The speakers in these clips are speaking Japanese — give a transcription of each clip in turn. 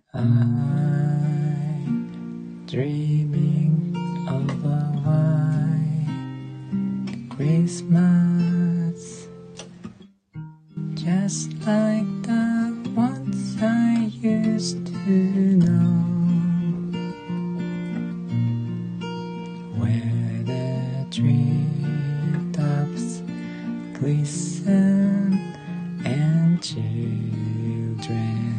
I'm dreaming of a white Christmas, just like the ones I used to know, where the treetops glisten and children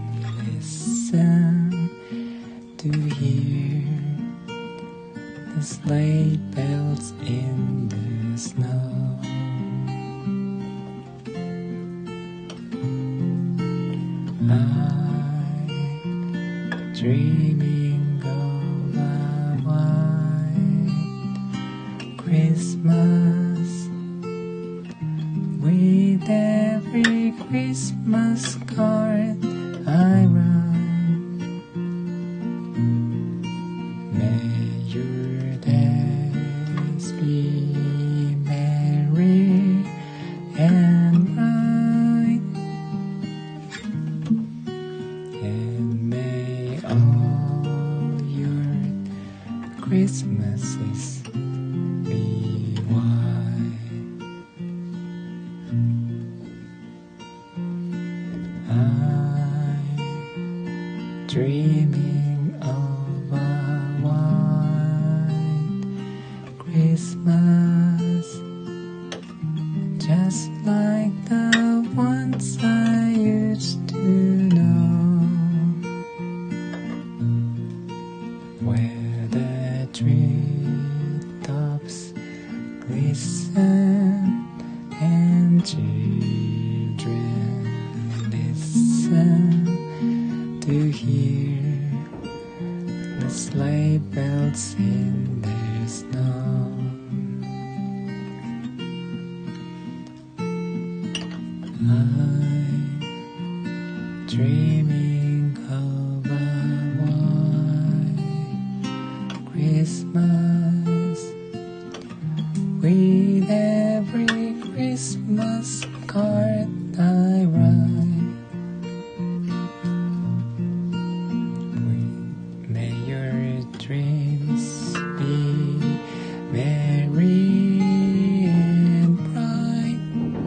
listen to hear the sleigh bells in the snow. I'm dreaming of a white Christmas, with every Christmas card I write. May your days be merry and bright, and may all your Christmases be white. I'm dreaming of a white Christmas, just like the ones I used to know, where the treetops glisten and children listen to hear the sleigh bells in the snow. I'm dreaming of a white Christmas, with every Christmas card I write. May your dreams be merry and bright,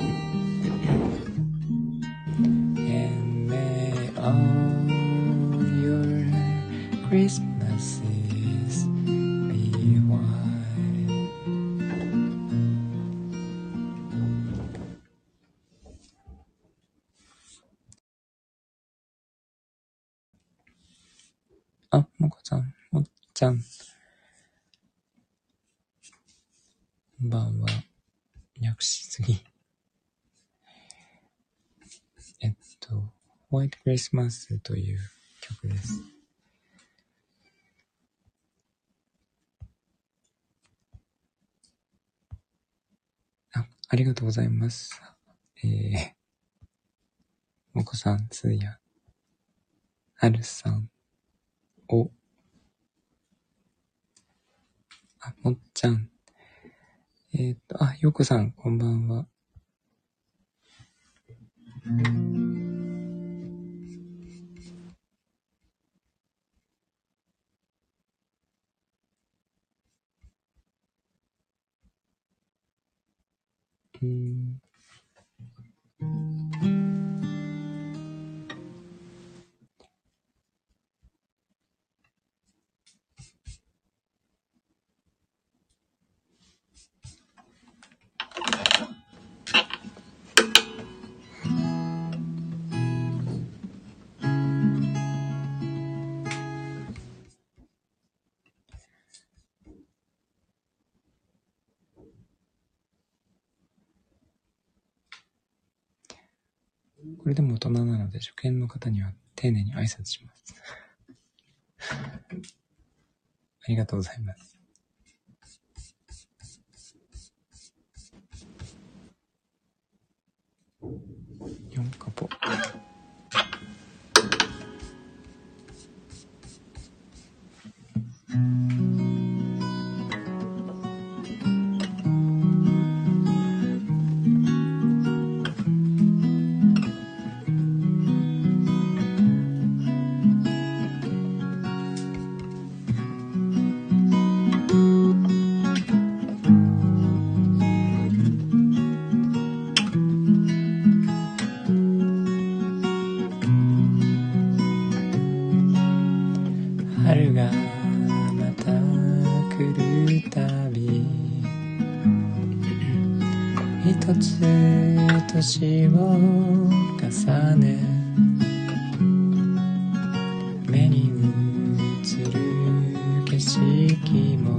and may all your Christmases be white. あ、もこちゃん、もっちゃん、こんばんは。略しすぎ。ホワイトクリスマスという曲です。ありがとうございます。もこさん、つーや、はるさん、もっちゃん、よこさん、こんばんは。これでも大人なので、初見の方には丁寧に挨拶します。ありがとうございます。4カポ。 春がまた来るたび一つ年を重ね目に映る景色も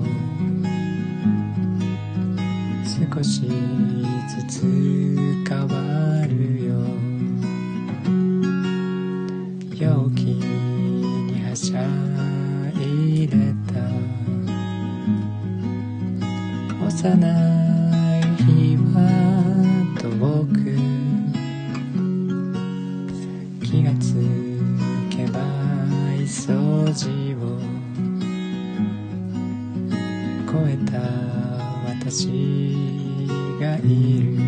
少しずつ変わるよ陽気にはしゃいでた幼い日は遠く気がつけば掃除を超えた私がいる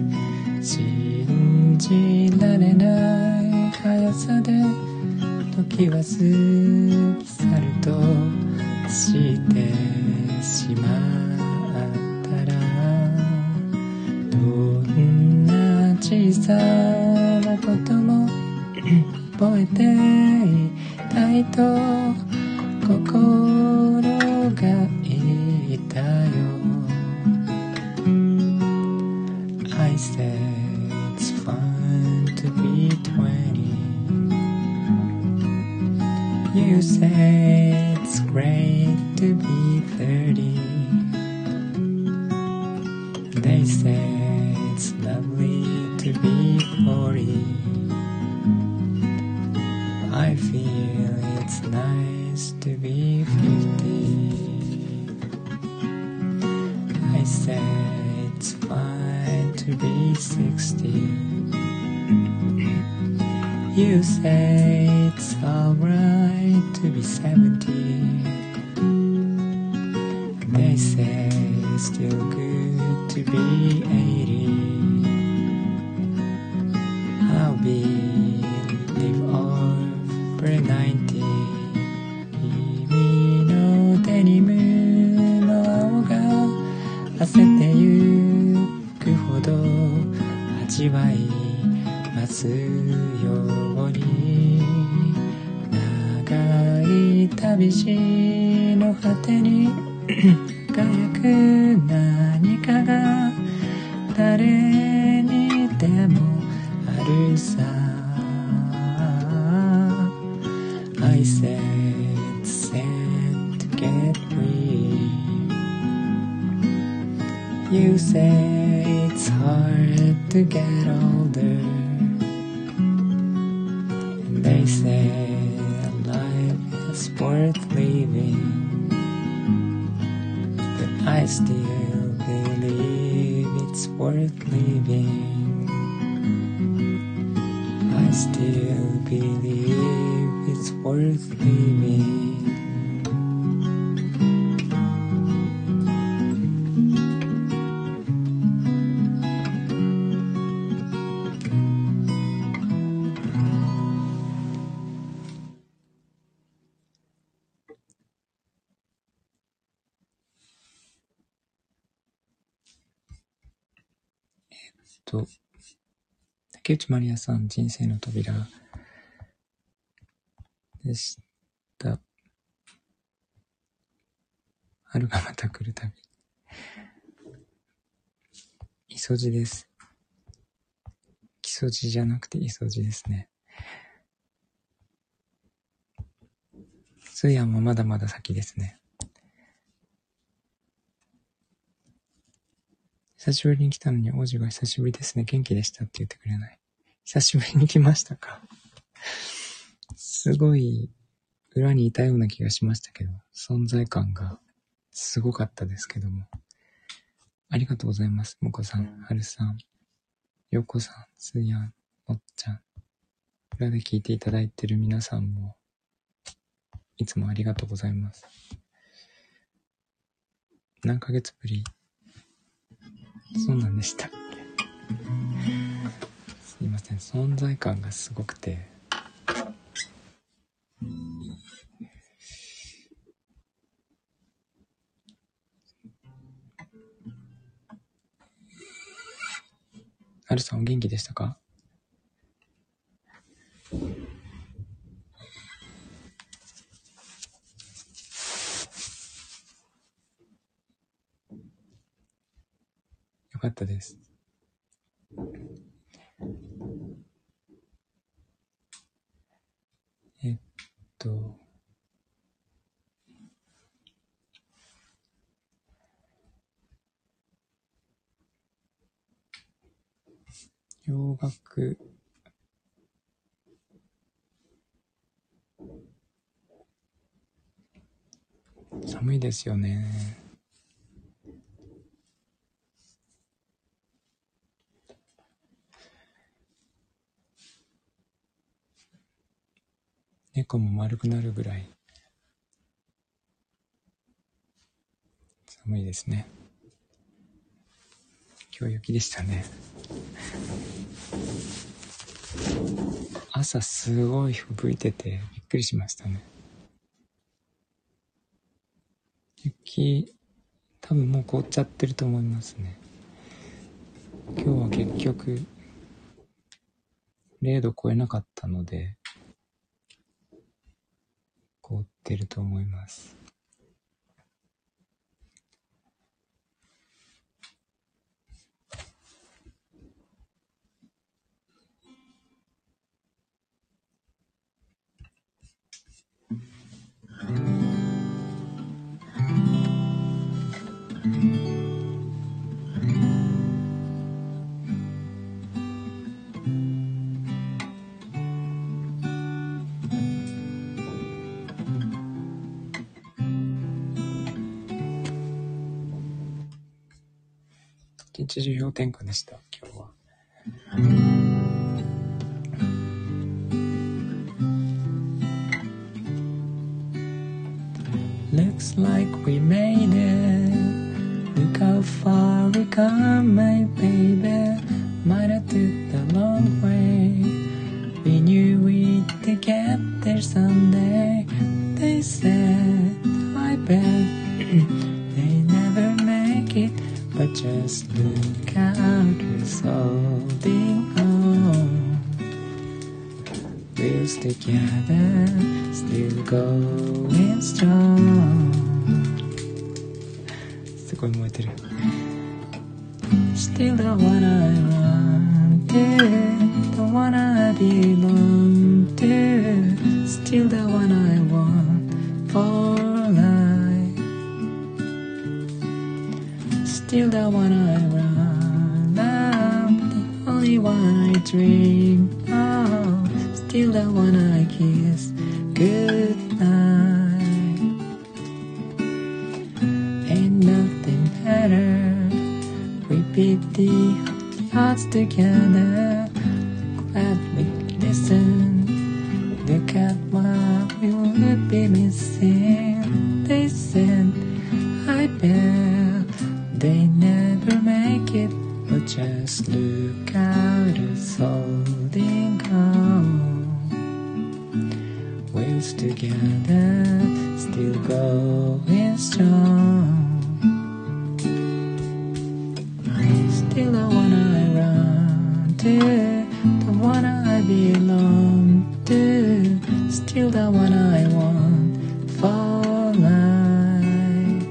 信じられない速さで時は過ぎ去るとしてしまったらどんな小さなことも覚えていたいと心が言ったよI said it's fun to be 20 You say it's great to be 30 They say it's lovely to be 40 I feel it's nice to be 50 I say it's fine to be 60 You say it's alright to be 70 They say it's still good to be 80 I'll be live over 90君のデニムの青が焦ってゆくほど味わいますように長い旅路の果てに輝く何かが誰にでもあるさ I said it's sad to get free You say it's hard to get older And they say life is worth living But I still believe it's worth living I still believe it's worth living竹内まりやさん、人生の扉でした。春がまた来るたび。いそじです。木曽路じゃなくていそじですね。通夜もまだまだ先ですね。久しぶりに来たのに王子が久しぶりですね。元気でしたって言ってくれない。久しぶりに来ましたか。すごい裏にいたような気がしましたけど、存在感がすごかったですけども。ありがとうございます。もこさん、はるさん、よこさん、すやん、もっちゃん。裏で聞いていただいている皆さんも、いつもありがとうございます。何ヶ月ぶり？そうなんでしたっけ？すいません、存在感がすごくて。はるさんお元気でしたか？ よかったです。洋楽、寒いですよね。猫も丸くなるぐらい寒いですね。今日雪でしたね。朝すごい吹いててびっくりしましたね。雪、多分もう凍っちゃってると思いますね。今日は結局0度超えなかったので凍ってると思います。一日中氷点下でした今日は。Looks like we made it. Look how far we come, my baby. Might have took the long way. We knew we'd get there someday. They said, I bet they never make it. But just look out, we're holding on. We're together, still going strong. すごい燃えてる。Still the one I want to, the one I belong to. Still the one I want for life. Still the one I run out, the only one I dream of. Still the one I kiss goodnight. Ain't nothing better. We beat the odds together. Glad we listened. Look at what we would be missing. They said, I bet they never make it. But just look out, it's holding on. We're together, still going strong. Still the one I run to, the one I belong to. Still the one I want for life.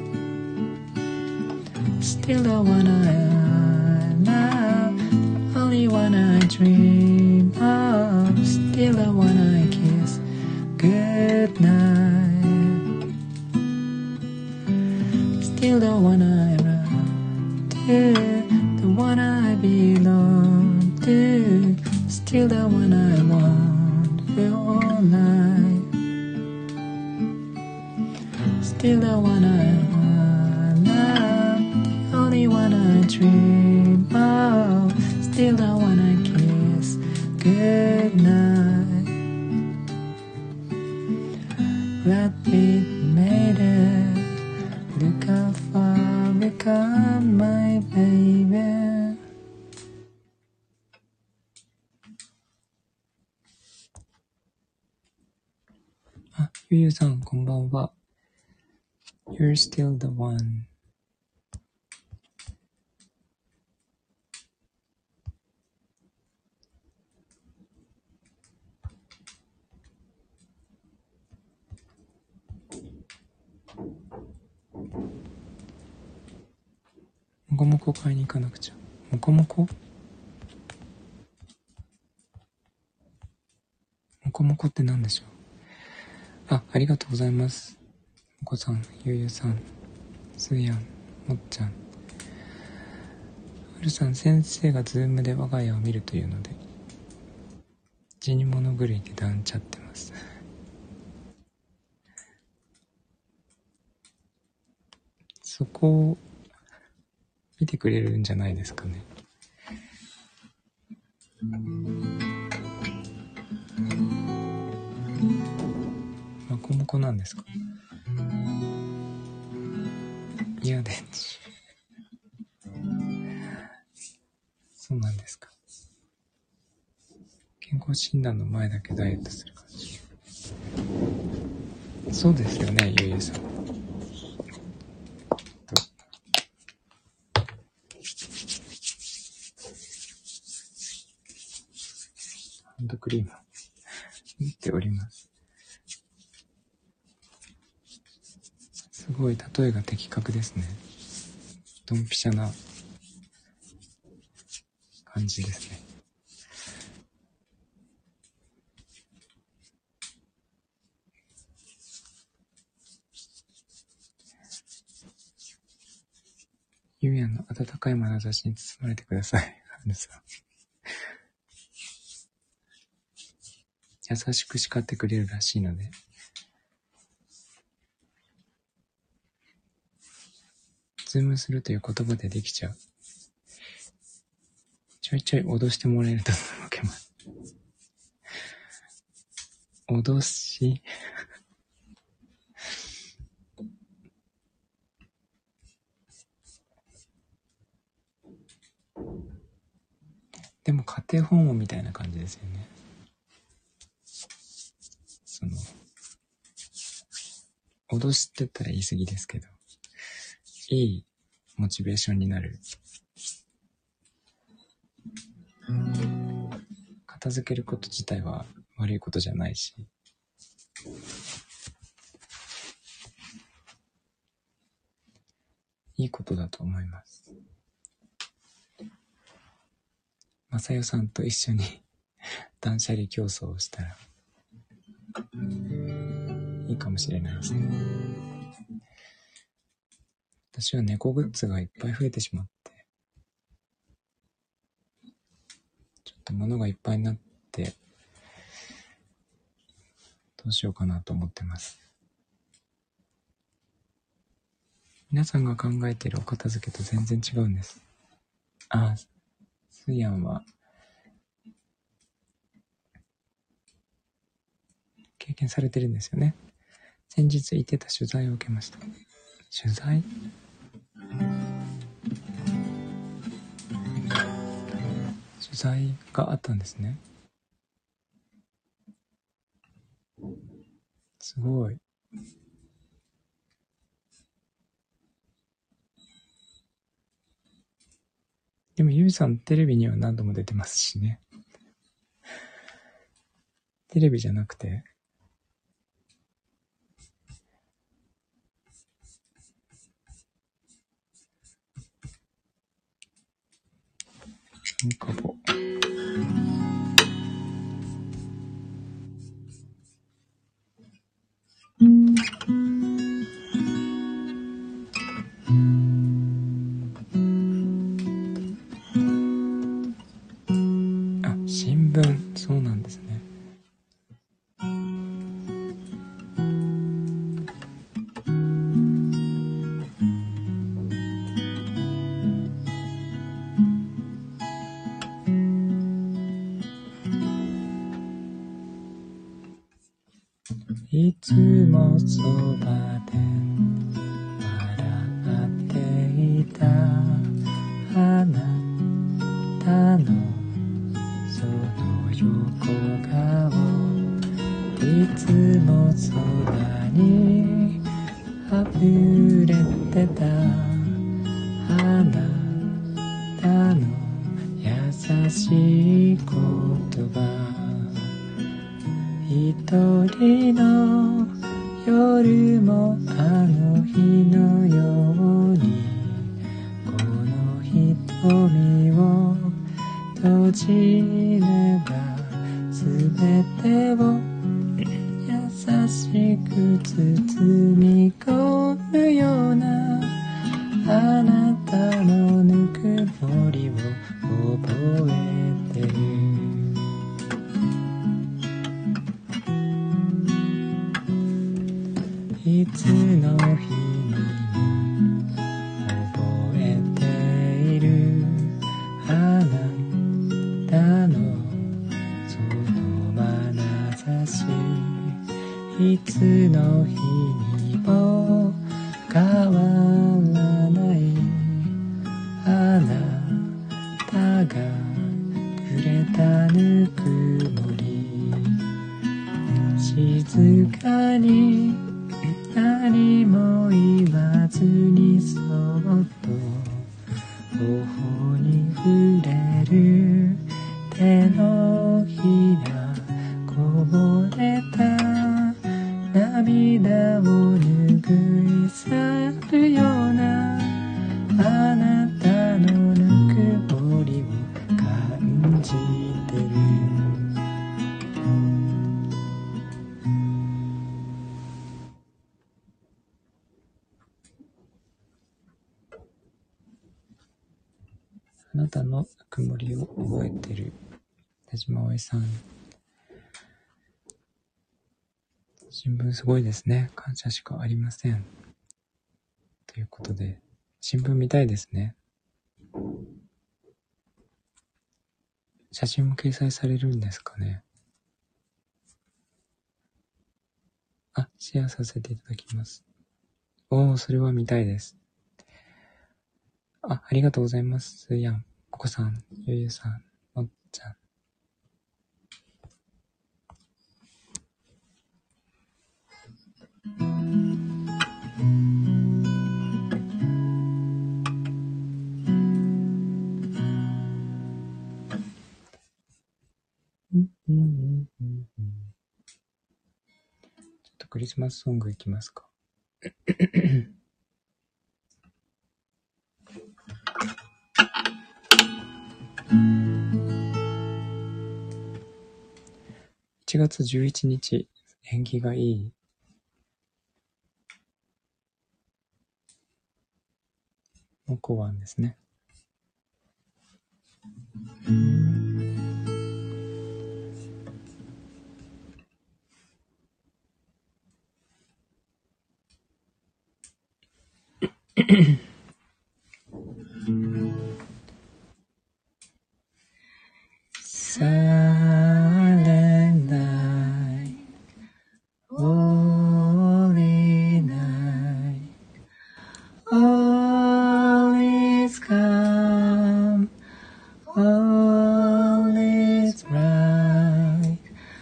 Still the one I love, the only one I dream of. Still the one I kiss goodnight. Still the one I run to, the one I belong to. Still the one I want for life. Still the one I love, the only one I dream of. Still the one I kiss goodnight. Glad we made it. Look how far we come, my baby. あ、ゆゆさん、こんばんは。You're still the one. もこもこ買いに行かなくちゃ。もこもこもこもこって何でしょう。ありがとうございます。もこさん、ゆうゆうさん、すいやん、もっちゃん。はるさん、先生がズームで我が家を見るというので、死に物狂いでダウンちゃってます。そこを見てくれるんじゃないですかね。まこもこなんですか。いや、電池。そうなんですか。健康診断の前だけダイエットする感じ。そうですよね、ゆうゆうさん。ハンドクリームを塗っております。すごい例えが的確ですね。ドンピシャな感じですね。ゆうやの温かい眼差しに包まれてください。はるさん。優しく叱ってくれるらしいので、ズームするという言葉でできちゃう。ちょいちょい脅してもらえると届けます。脅しでも家庭訪問みたいな感じですよね。脅してたら言い過ぎですけど、いいモチベーションになる。片付けること自体は悪いことじゃないし、いいことだと思います。まさよさんと一緒に断捨離競争をしたらいいかもしれないですね。私は猫グッズがいっぱい増えてしまって、ちょっと物がいっぱいになって、どうしようかなと思ってます。皆さんが考えているお片付けと全然違うんです。スイアンは経験されてるんですよね。先日行ってた取材を受けました。取材？取材があったんですね。すごい。でもゆうさんテレビには何度も出てますしね。テレビじゃなくてなんか新聞、そうなんですね。いつもそばで笑っていたあなたのその横顔、いつもそばに溢れてたあなたの優しい言葉、一人の夜もあの日のようにこの閉じればすべてを優しく包み込むようなあなたのぬくもりを覚えてる。いつの日にも覚えているあなたのその眼差し。いつの日にも変わらないあなたがくれたぬくもり。静かに何も言わずにそっと頬に触れる手のひら、こぼれた涙を拭い去るようなあなたのぬくもりを感じてる。あなたのぬくもりを覚えてる。田島葵さん。新聞すごいですね。感謝しかありません。ということで、新聞見たいですね。写真も掲載されるんですかね。あ、シェアさせていただきます。それは見たいです。ありがとうございます。やん、ここさん、ゆゆさん、もっちゃん。ちょっとクリスマスソングいきますか。1月11日、縁起がいいの考案ですね。Silent night, holy night, all is calm, all is right,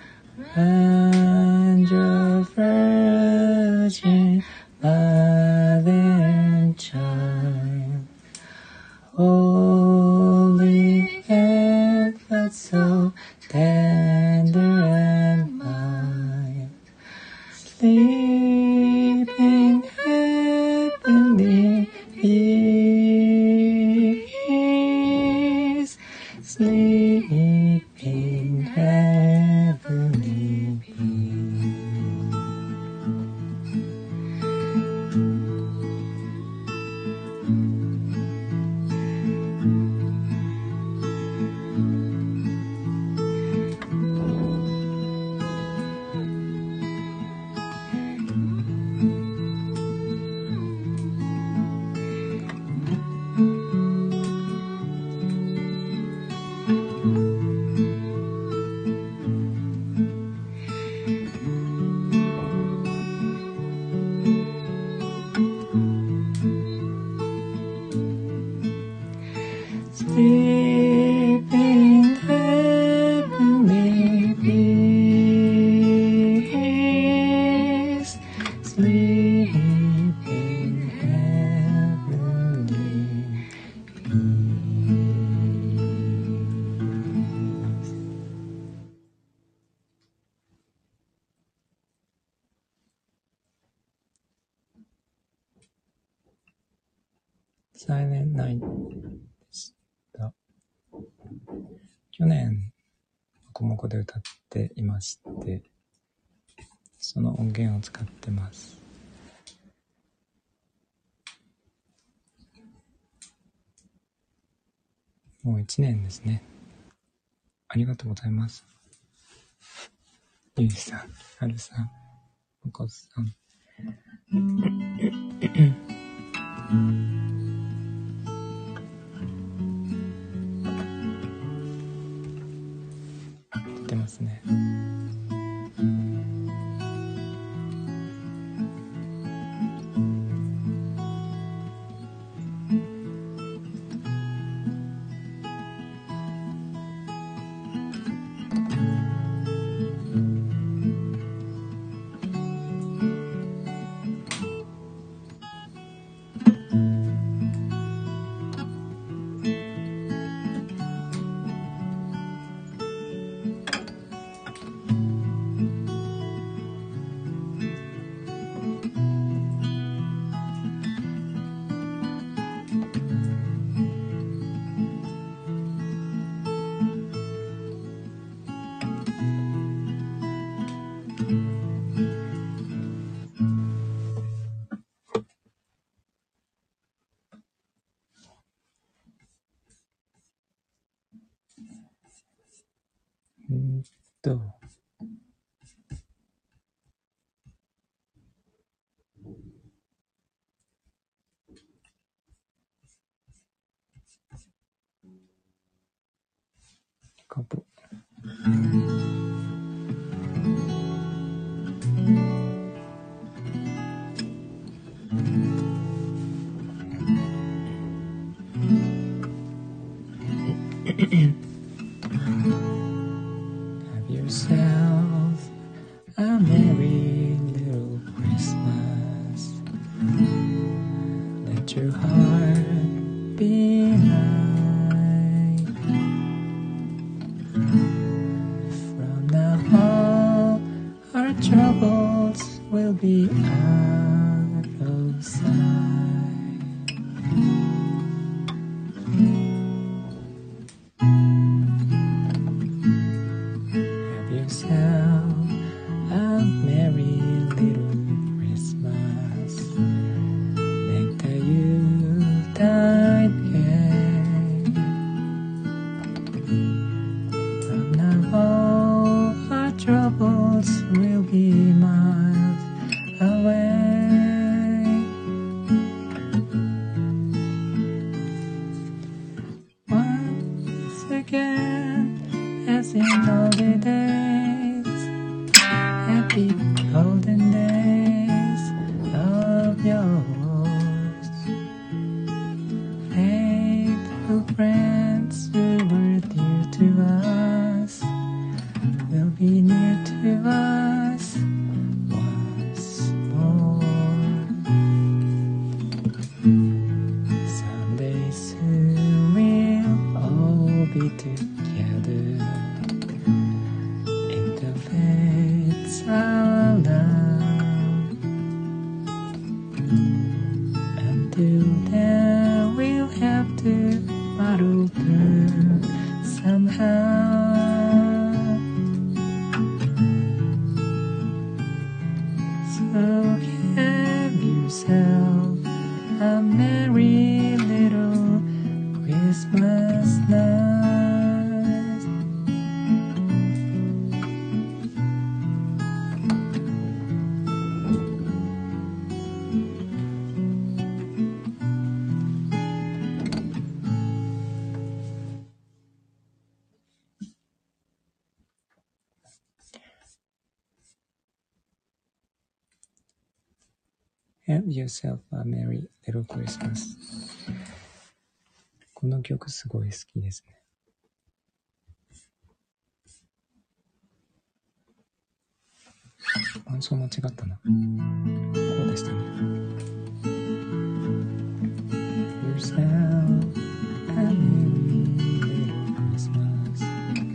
and your virgin mother and child, holy infant, so tender and mild, sleep in heavenly peace, sleep in heavenly peace. Sleep in heavenly peace, sleep in heavenly peace. Silent night でした。 去年、もこもこで歌っていまして、その音源を使ってます。もう1年ですね。ありがとうございます。ゆうじさん、はるさん、おこさん。出てますね。と、カポ。Have yourself a merry little Christmas. Let your heart be light. From now on, our troubles will be out of sight. Have yourself a merry little Christmas. Make the Yuletide gay. From now on, our troubles will be miles away. Once again, as in olden days, happy golden days of yours. Faithful friends who were dear to us will be near to us once more. Someday soon we'll all be together in the fates of love. Until then we'll have to muddle through somehow. So have yourself a merry little Christmas night. Have yourself a merry little Christmas. この曲すごい好きですね。伴奏間違ったな。こうでしたね。Yourself a merry little Christmas.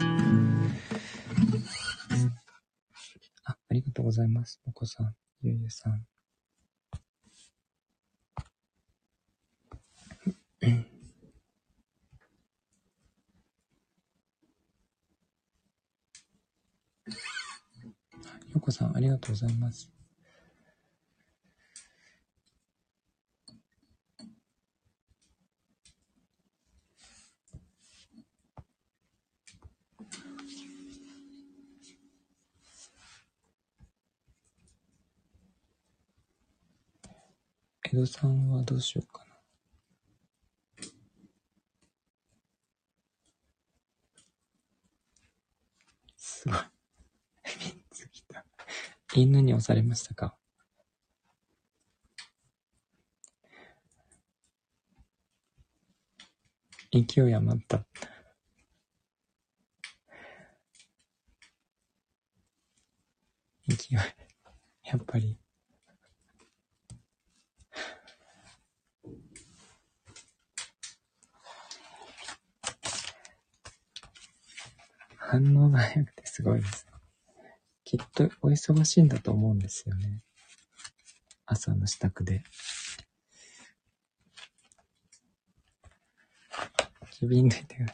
ありがとうございます。お子さん、ゆうゆうさん。 こさん、ありがとうございます。江戸さんはどうしようかな。すごい。3つ来た。犬に押されましたか？勢い余った。勢い。やっぱり。反応が早くてすごいです。きっとお忙しいんだと思うんですよね。朝の支度で。機敏でいてください。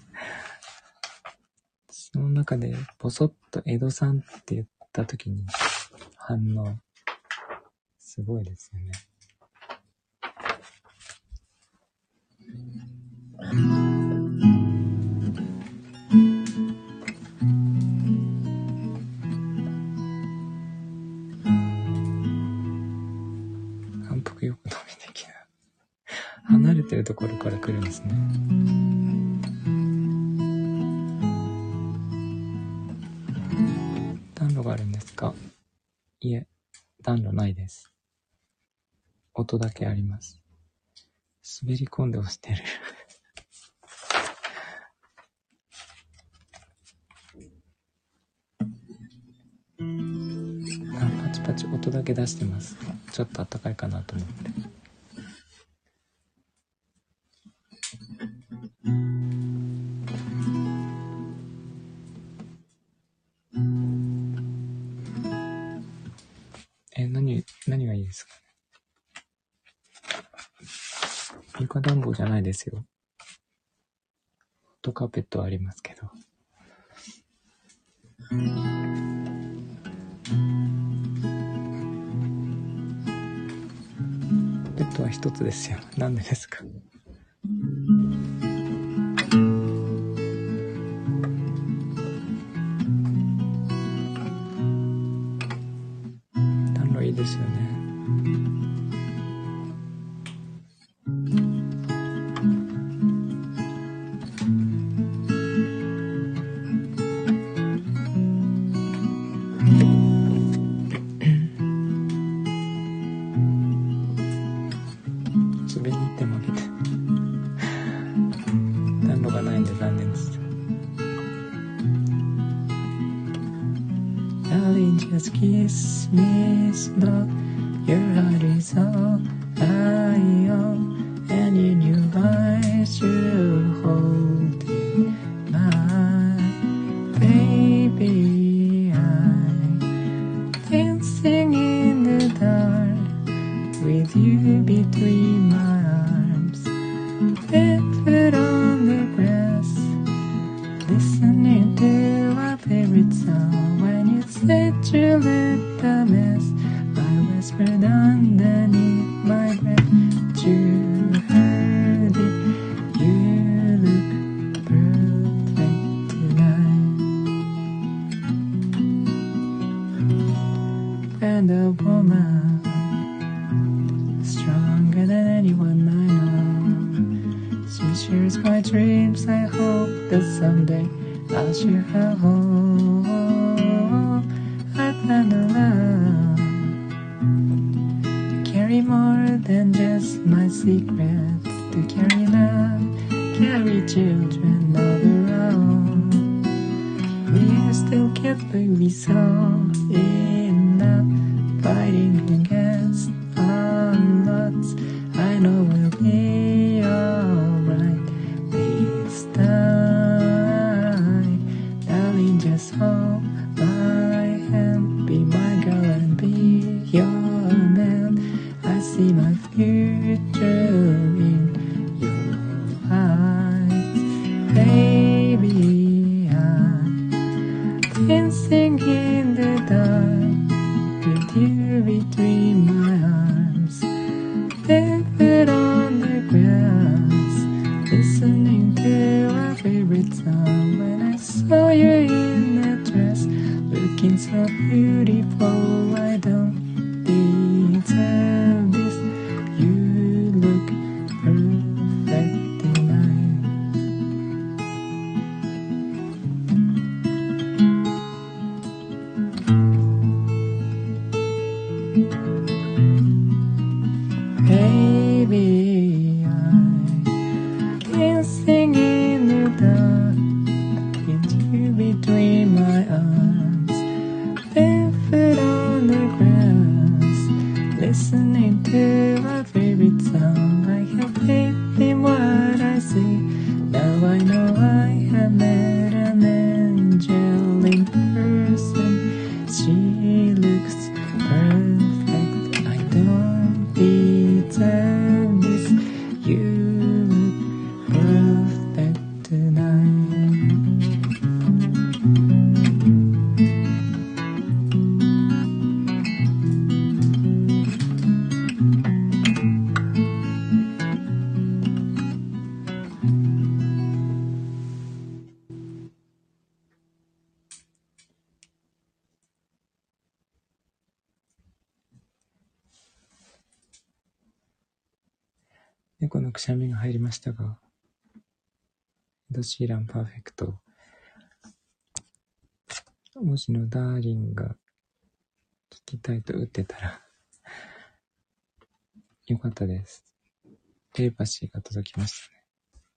その中でポソッと江戸さんって言った時に反応すごいですよね。反復横跳び的な。離れてるところから来るんですね。暖炉があるんですか？いえ、暖炉ないです。音だけあります。滑り込んで押してる。パチパチ音だけ出してます。ちょっと暖かいかなと思って。何がいいですかね。床暖房じゃないですよ。ホットカーペットはありますけど。ベッドは一つですよ。なんでですか？暖炉いいですよね。滑りに行って負けて。暖炉がないんで残念です。Darling, just kiss me slow. Your heart is all I own, and in your eyes you hold it. My baby, I'm dancing in the dark with you between my arms, barefoot on the grass, listening to our favorite song. When you said you left a mess, I whispered underneath my breath, but you heard it. You look perfect tonight. And a woman stronger than anyone I know. She shares my dreams. I hope that someday I'll share her home. I found a love, carry more than just my secrets. To carry love, carry children of our own. We are still kids, but we saw enough fighting against all odds. I know we'll be alright this time. Darling, just hold my hand, be my girl and be your man. I see my future in your eyes, baby. I'm dancing in the dark with you between my arms, barefoot on the grass, listening to our favorite song. When I saw you in that dress, looking so beautiful, I don't deserve this. You look perfect tonight. Baby, I'm dancing in the dark with you between my arms, barefoot on the grass, listening to our favorite song. I have faith in what I see. Now I know I have met an angel in person. She looks perfect. I don't deserve this. You look perfect tonight.猫のくしゃみが入りましたが、エド・シーランパーフェクト、もしのダーリンが聞きたいと打ってたらよかったです。テレパシーが届きましたね。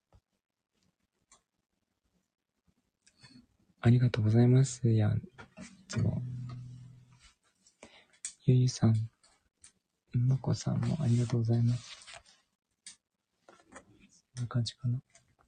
ありがとうございますやん。いつもゆゆさん、まこさんもありがとうございます。こんな感じかな。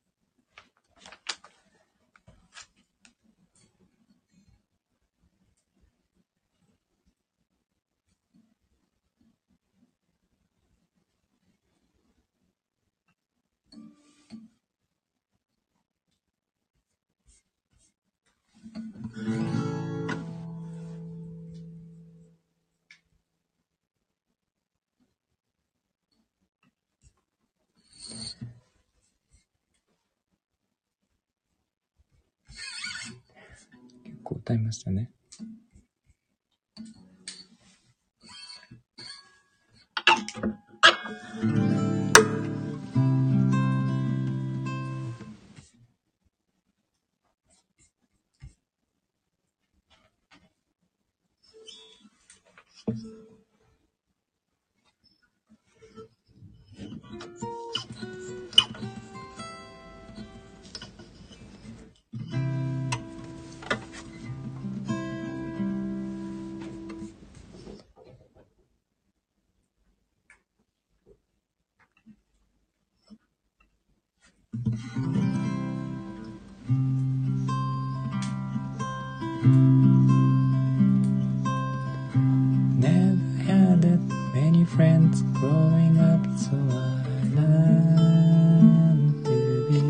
結構歌いましたね。Never had that many friends growing up, so I learned to be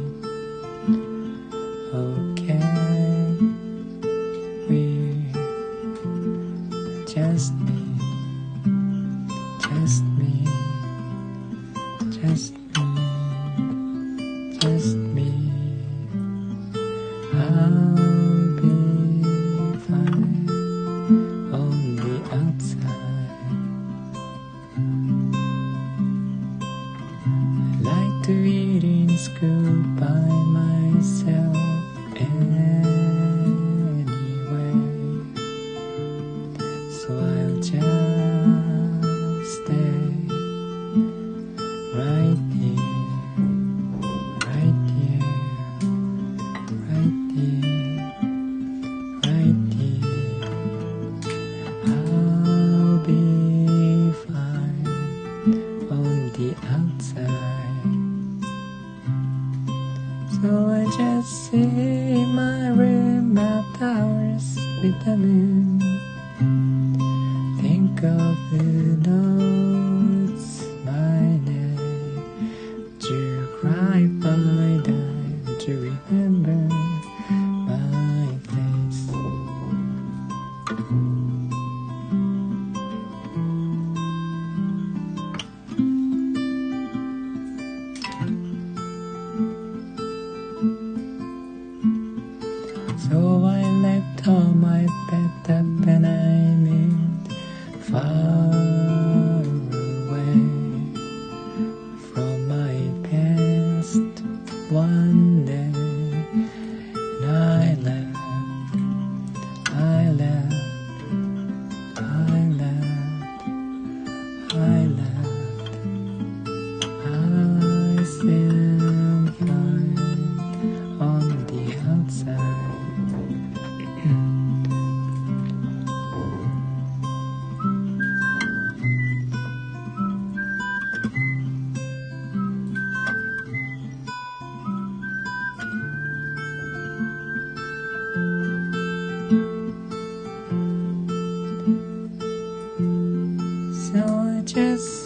okay with just me, just me, just me, just me. I'll be fine on the outside. I like to eat in school by myself anyway, so I'll just stay right here, right here, right here, right here. I'll be fine on the outside. So I just sit in my room at hours with the moon. Think of who knows my name. Would you cry if I die? Would you remember my face?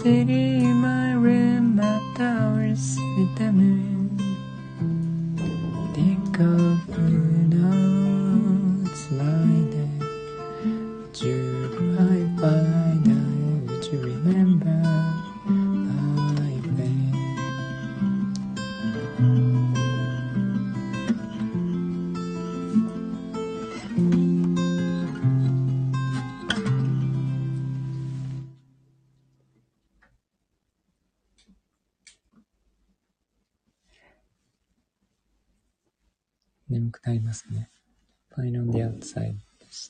city in my room at hours with the moon. Think of who knows my day. Would you drive by now? Would you remember my pain? 眠くなりますね。Fine on the outside でした。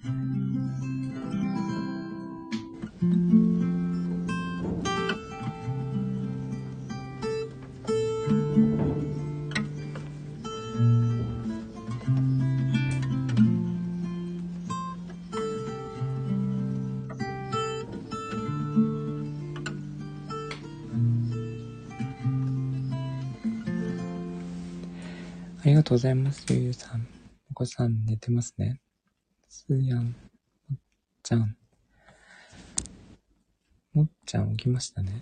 ありがとうございます。ゆうゆうさん。お子さん寝てますね。すーやん。もっちゃん。もっちゃん起きましたね。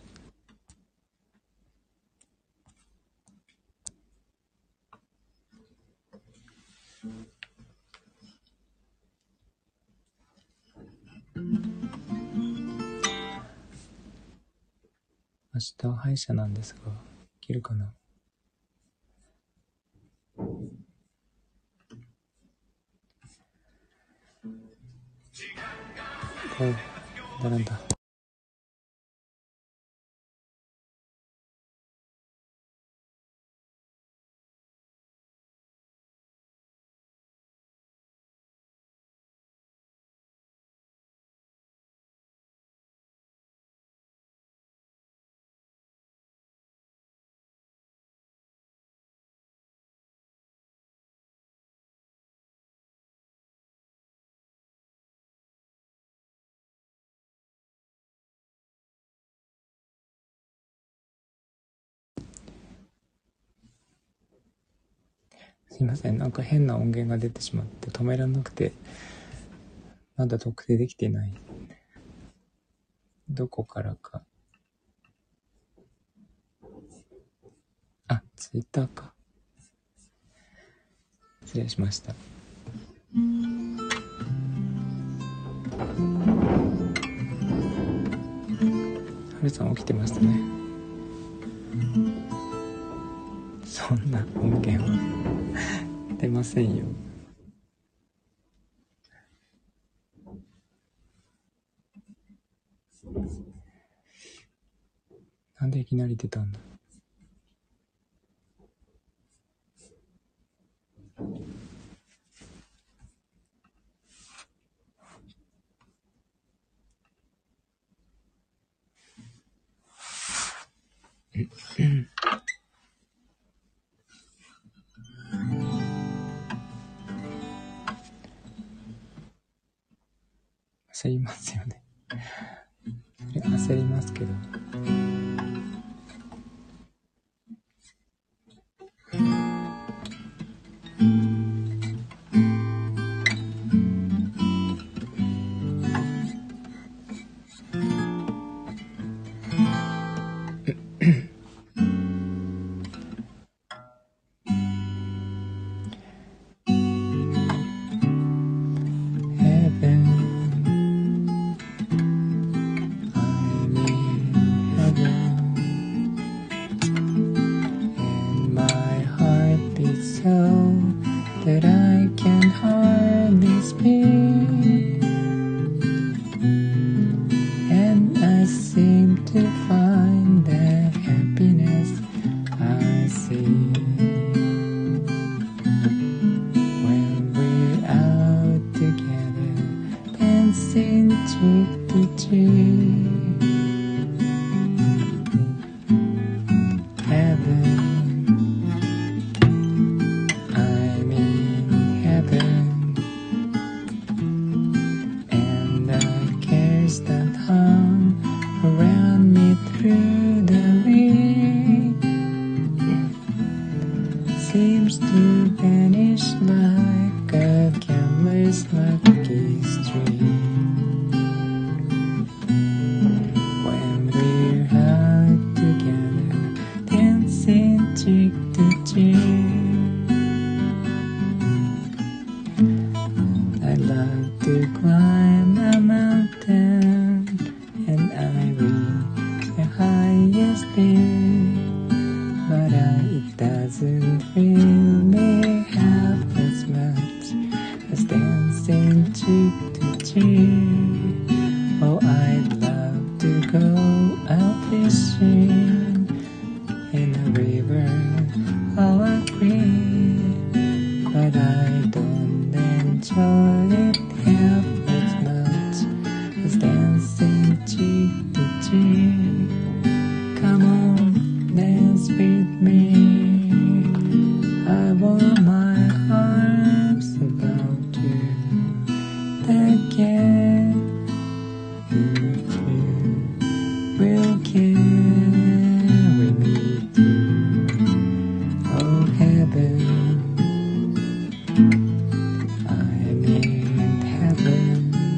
明日は歯医者なんですが、起きるかな。なんだ。すいません。なんか変な音源が出てしまって止められなくて、まだ特定できていない。どこからか。あ、ツイッターか。失礼しました。はるさん起きてましたね。そんな音源は出ませんよ。なんでいきなり出たんだ。焦りますよね。焦りますけど。When we love to climb a mountain, and I reach the highest peak, but it doesn't fill me half as much as dancing cheek to cheek. Oh, I'd love to go out fishing in a river or a creek, but I don't enjoy it half as much as dancing cheek to cheek. Come on, dance with me. I want my arms about you. That can will carry me to, oh heaven. I'm in heaven,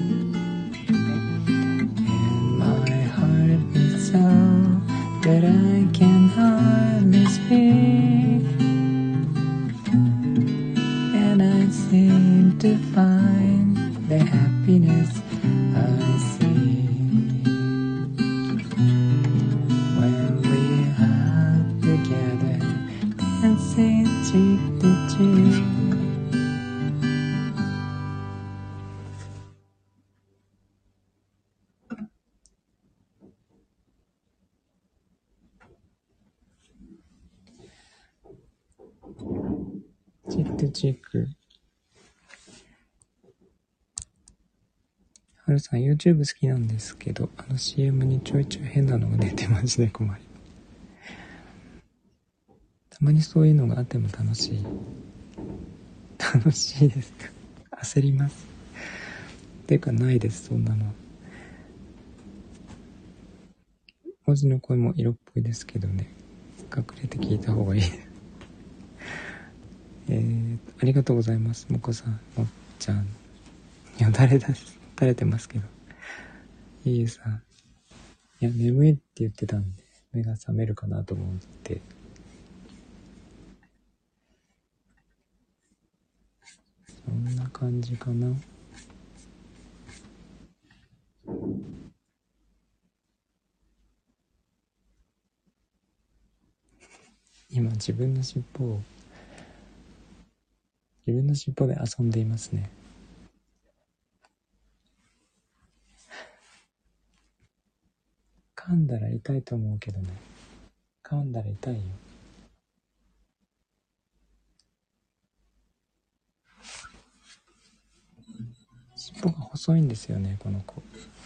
and my heart beats so that I can hardly speak, and I seem to find the happiness I see when we are together, dancing cheek to cheek.チックチック。はるさん YouTube 好きなんですけど、CM にちょいちょい変なのが出てマジで困り。たまにそういうのがあっても楽しい。楽しいですか？焦ります。てかないです、そんなの。文字の声も色っぽいですけどね。隠れて聞いた方がいい。ありがとうございます。もこさん、もっちゃん。いや、垂れてますけど。いいさん。いや、眠いって言ってたんで、目が覚めるかなと思って。そんな感じかな。今、自分の尻尾で遊んでいますね。噛んだら痛いと思うけどね。噛んだら痛いよ。尻尾が細いんですよね、この子。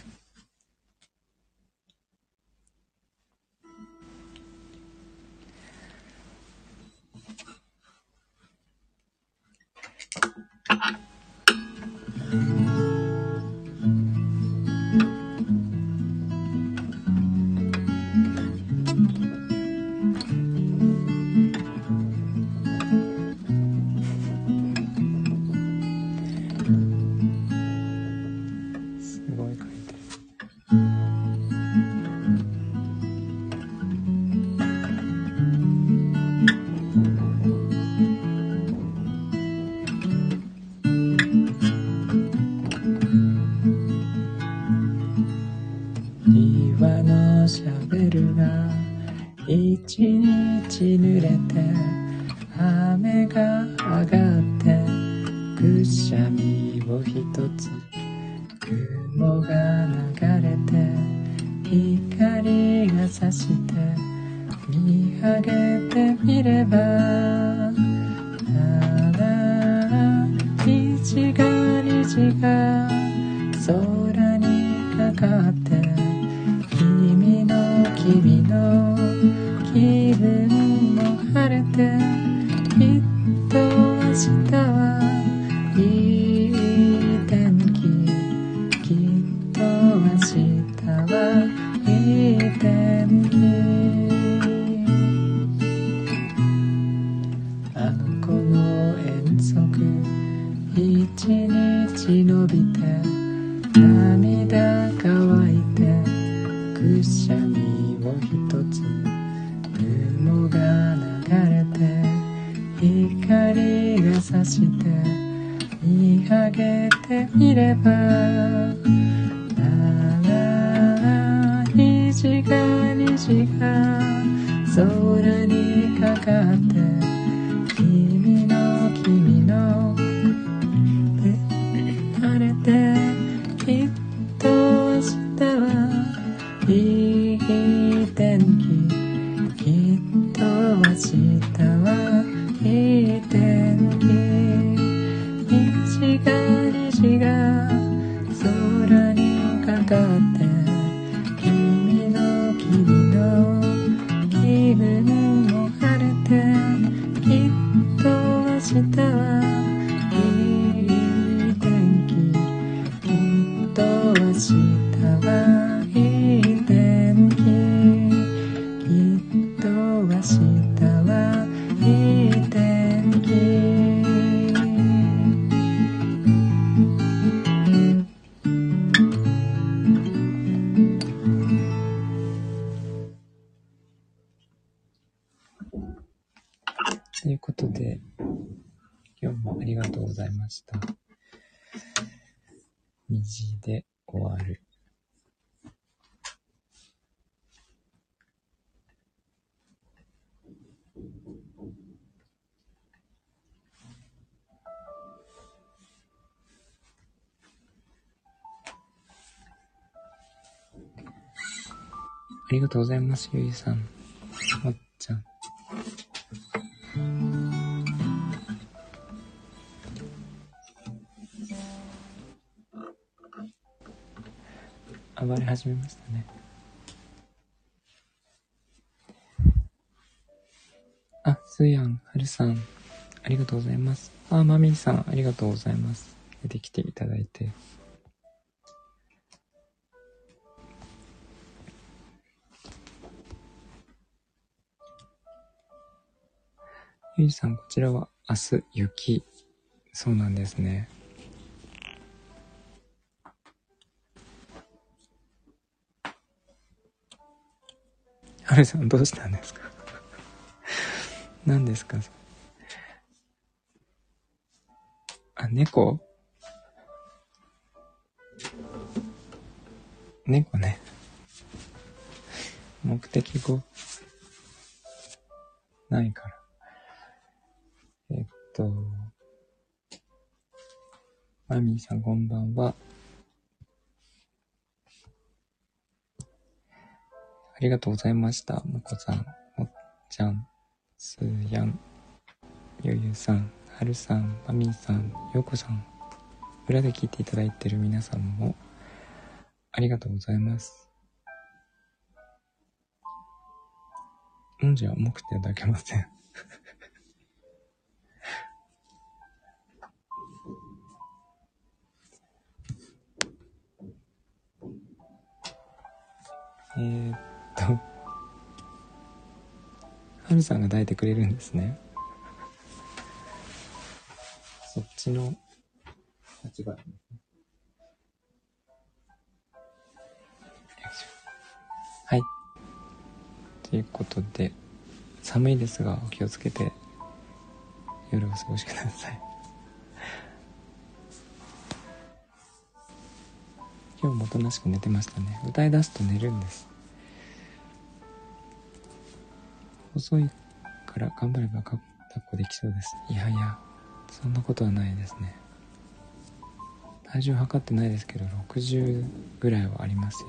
一日濡れて雨が上がってくしゃみを一つ雲が流れて光が差して見上げてみれば虹が空にかかって君の気分も晴れてきっと明日はいい天気きっと明日はいい天気あの子の遠足一日伸びて涙乾いてくしゃみを一つ雲が流れて光が差して見上げてみれば、虹が空にかかって君の晴れて、きっと明日はいい天気、きっと明日はいい天気、虹が空にかかって君の気分も晴れて、きっと明日はいい天気、きっと明日はいい天気、きっと明日はいい天気。ということで、今日もありがとうございました。虹で終わる。ありがとうございます、ゆいさん。まっちゃん。暴れ始めましたね。あ、すーやん、はるさん、ありがとうございます。あ、まみーさん、ありがとうございます。出てきていただいて。ゆいさん、こちらは明日雪。そうなんですね。はるさん、どうしたんですか？何ですか？あ、猫ね。目的語ないから。マミーさんこんばんは。ありがとうございました。もこさん、もっちゃん、すーやん、ゆゆさん、はるさん、マミーさん、ようこさん、裏で聞いていただいている皆さんもありがとうございます。文字は重くて抱けません。はるさんが抱いてくれるんですね。そっちの立場ですね。はい。ということで、寒いですがお気をつけて夜をお過ごしください。今日もおとなしく寝てましたね。歌い出すと寝るんです。遅いから頑張れば抱っこできそうです。いやいや、そんなことはないですね。体重測ってないですけど60ぐらいはありますよ。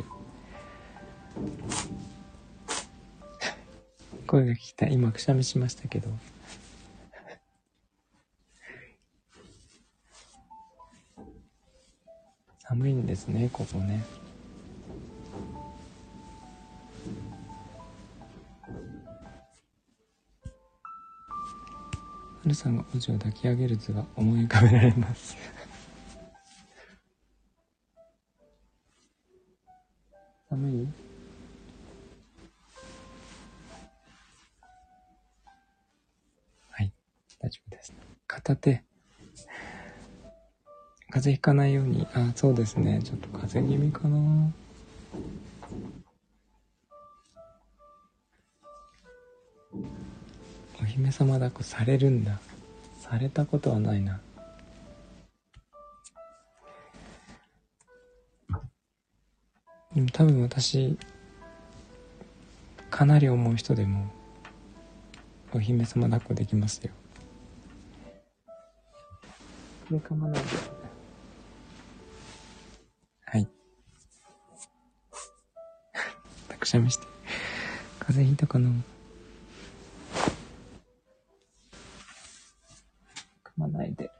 声が聞きたい。今くしゃみしましたけど、寒いんですね、ここね。はるさんがおじを抱き上げる図が思い浮かべられます。寒い？はい、大丈夫です。片手風邪ひかないように。あ、そうですね。ちょっと風邪気味かな。お姫様抱っこされるんだ。されたことはないな。 でも多分私、かなり重い人でもお姫様抱っこできますよ。これ噛まないで。はい。くしゃみして。風邪ひいたかな。噛まないで。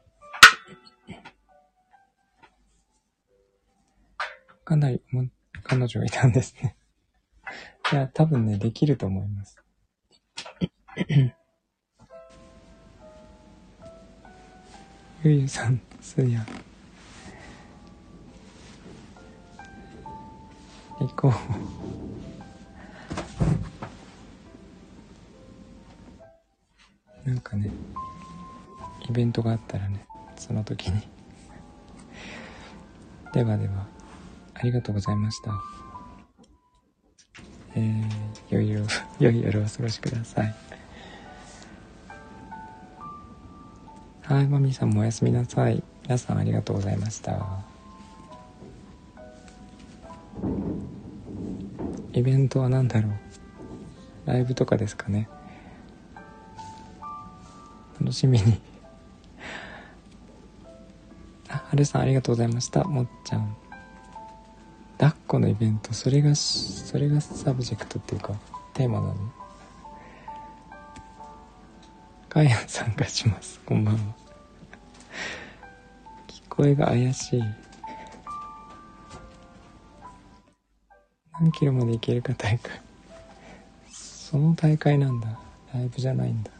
かなり彼女がいたんですね。いや、多分ね、できると思います。ゆうゆうさん、すや。行こう。なんかね、イベントがあったらね、その時に。ではでは、ありがとうございました。良い夜をお過ごしください。はい、マミさんもおやすみなさい。皆さんありがとうございました。イベントは何だろう。ライブとかですかね。楽しみに。はるさんありがとうございました。もっちゃん。抱っこのイベント、それがサブジェクトっていうか、テーマなの。カイアン参加します。こんばんは。聞こえが怪しい。何キロまで行けるか大会。その大会なんだ。ライブじゃないんだ。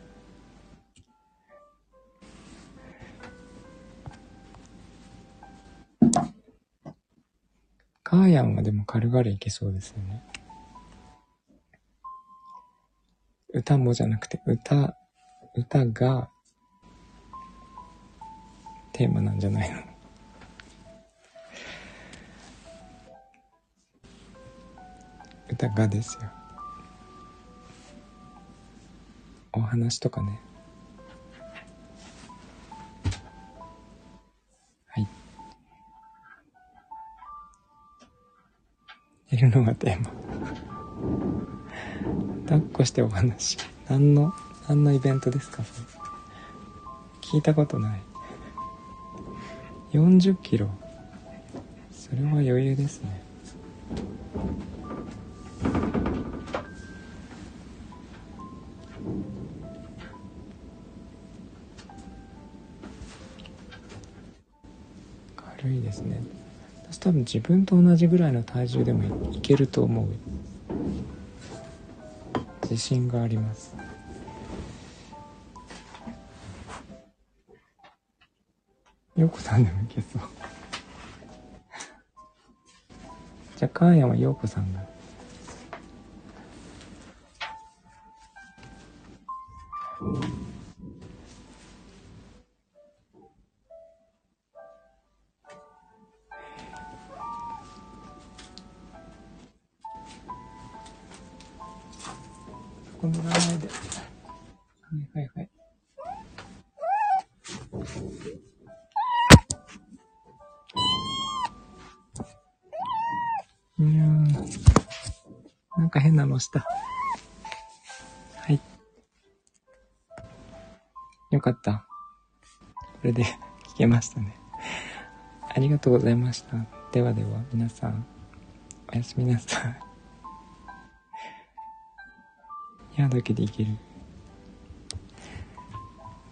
カーヤンはでも軽々いけそうですよね。歌もじゃなくて歌がテーマなんじゃないの。歌がですよ。お話とかね。はい。やるのがテーマ。抱っこしてお話。何のイベントですかそれ。聞いたことない。40キロ。それは余裕ですね。軽いですね。私多分自分と同じぐらいの体重でもいけると思う。自信があります。ヨコさんでもいけそう。じゃあカーヤンはヨコさんが。そこ乗らないで。はいはいはい。なんか変なのした。はい。よかった。これで聞けましたね。ありがとうございました。ではでは皆さんおやすみなさい。やだけでいける。